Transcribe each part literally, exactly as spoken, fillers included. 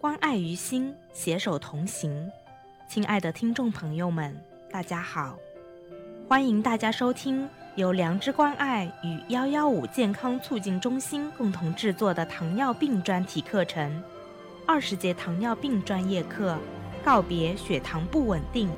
关爱于心，携手同行。亲爱的听众朋友们，大家好，欢迎大家收听由良知关爱与一一五健康促进中心共同制作的糖尿病专题课程，二十节糖尿病专业课，告别血糖不稳定。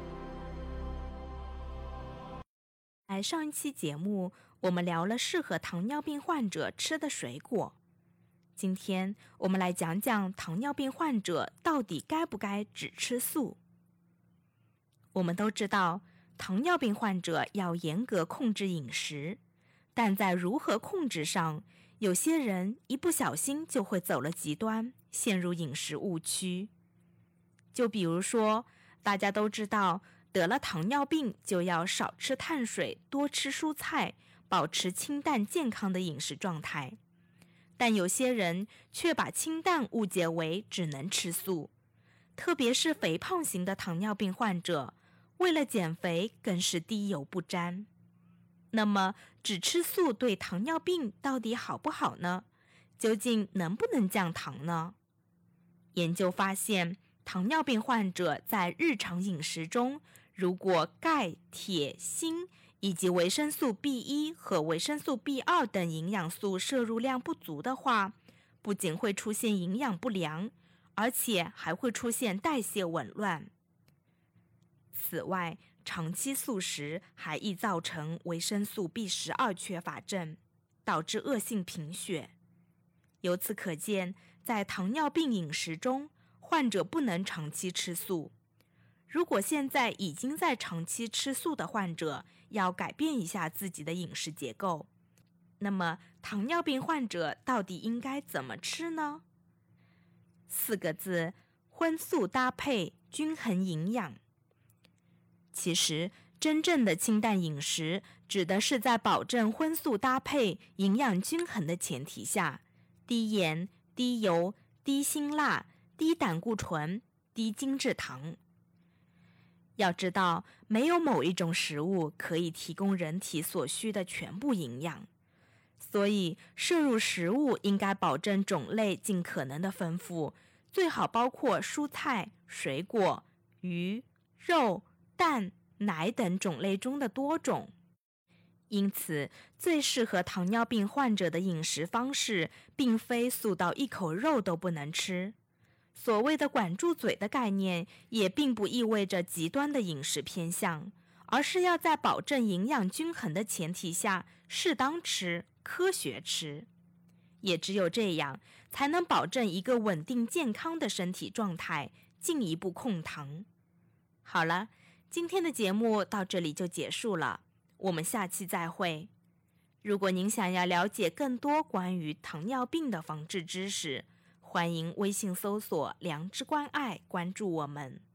在上一期节目，我们聊了适合糖尿病患者吃的水果。今天我们来讲讲糖尿病患者到底该不该只吃素。我们都知道，糖尿病患者要严格控制饮食，但在如何控制上，有些人一不小心就会走了极端，陷入饮食误区。就比如说，大家都知道，得了糖尿病就要少吃碳水，多吃蔬菜，保持清淡健康的饮食状态。但有些人却把清淡误解为只能吃素，特别是肥胖型的糖尿病患者，为了减肥更是滴油不沾。那么，只吃素对糖尿病到底好不好呢？究竟能不能降糖呢？研究发现，糖尿病患者在日常饮食中，如果钙、铁、锌以及维生素 B 一 和维生素 B 二 等营养素摄入量不足的话，不仅会出现营养不良，而且还会出现代谢紊乱。此外，长期素食还易造成维生素 B 十二 缺乏症，导致恶性贫血。由此可见，在糖尿病饮食中，患者不能长期吃素。如果现在已经在长期吃素的患者，要改变一下自己的饮食结构。那么，糖尿病患者到底应该怎么吃呢？四个字：荤素搭配，均衡营养。其实，真正的清淡饮食，指的是在保证荤素搭配、营养均衡的前提下，低盐、低油、低辛辣、低胆固醇、低精制糖。要知道，没有某一种食物可以提供人体所需的全部营养，所以摄入食物应该保证种类尽可能的丰富，最好包括蔬菜、水果、鱼、肉、蛋、奶等种类中的多种。因此，最适合糖尿病患者的饮食方式，并非素到一口肉都不能吃。所谓的管住嘴的概念，也并不意味着极端的饮食偏向，而是要在保证营养均衡的前提下，适当吃，科学吃。也只有这样，才能保证一个稳定健康的身体状态，进一步控糖。好了，今天的节目到这里就结束了，我们下期再会。如果您想要了解更多关于糖尿病的防治知识，欢迎微信搜索良知关爱，关注我们。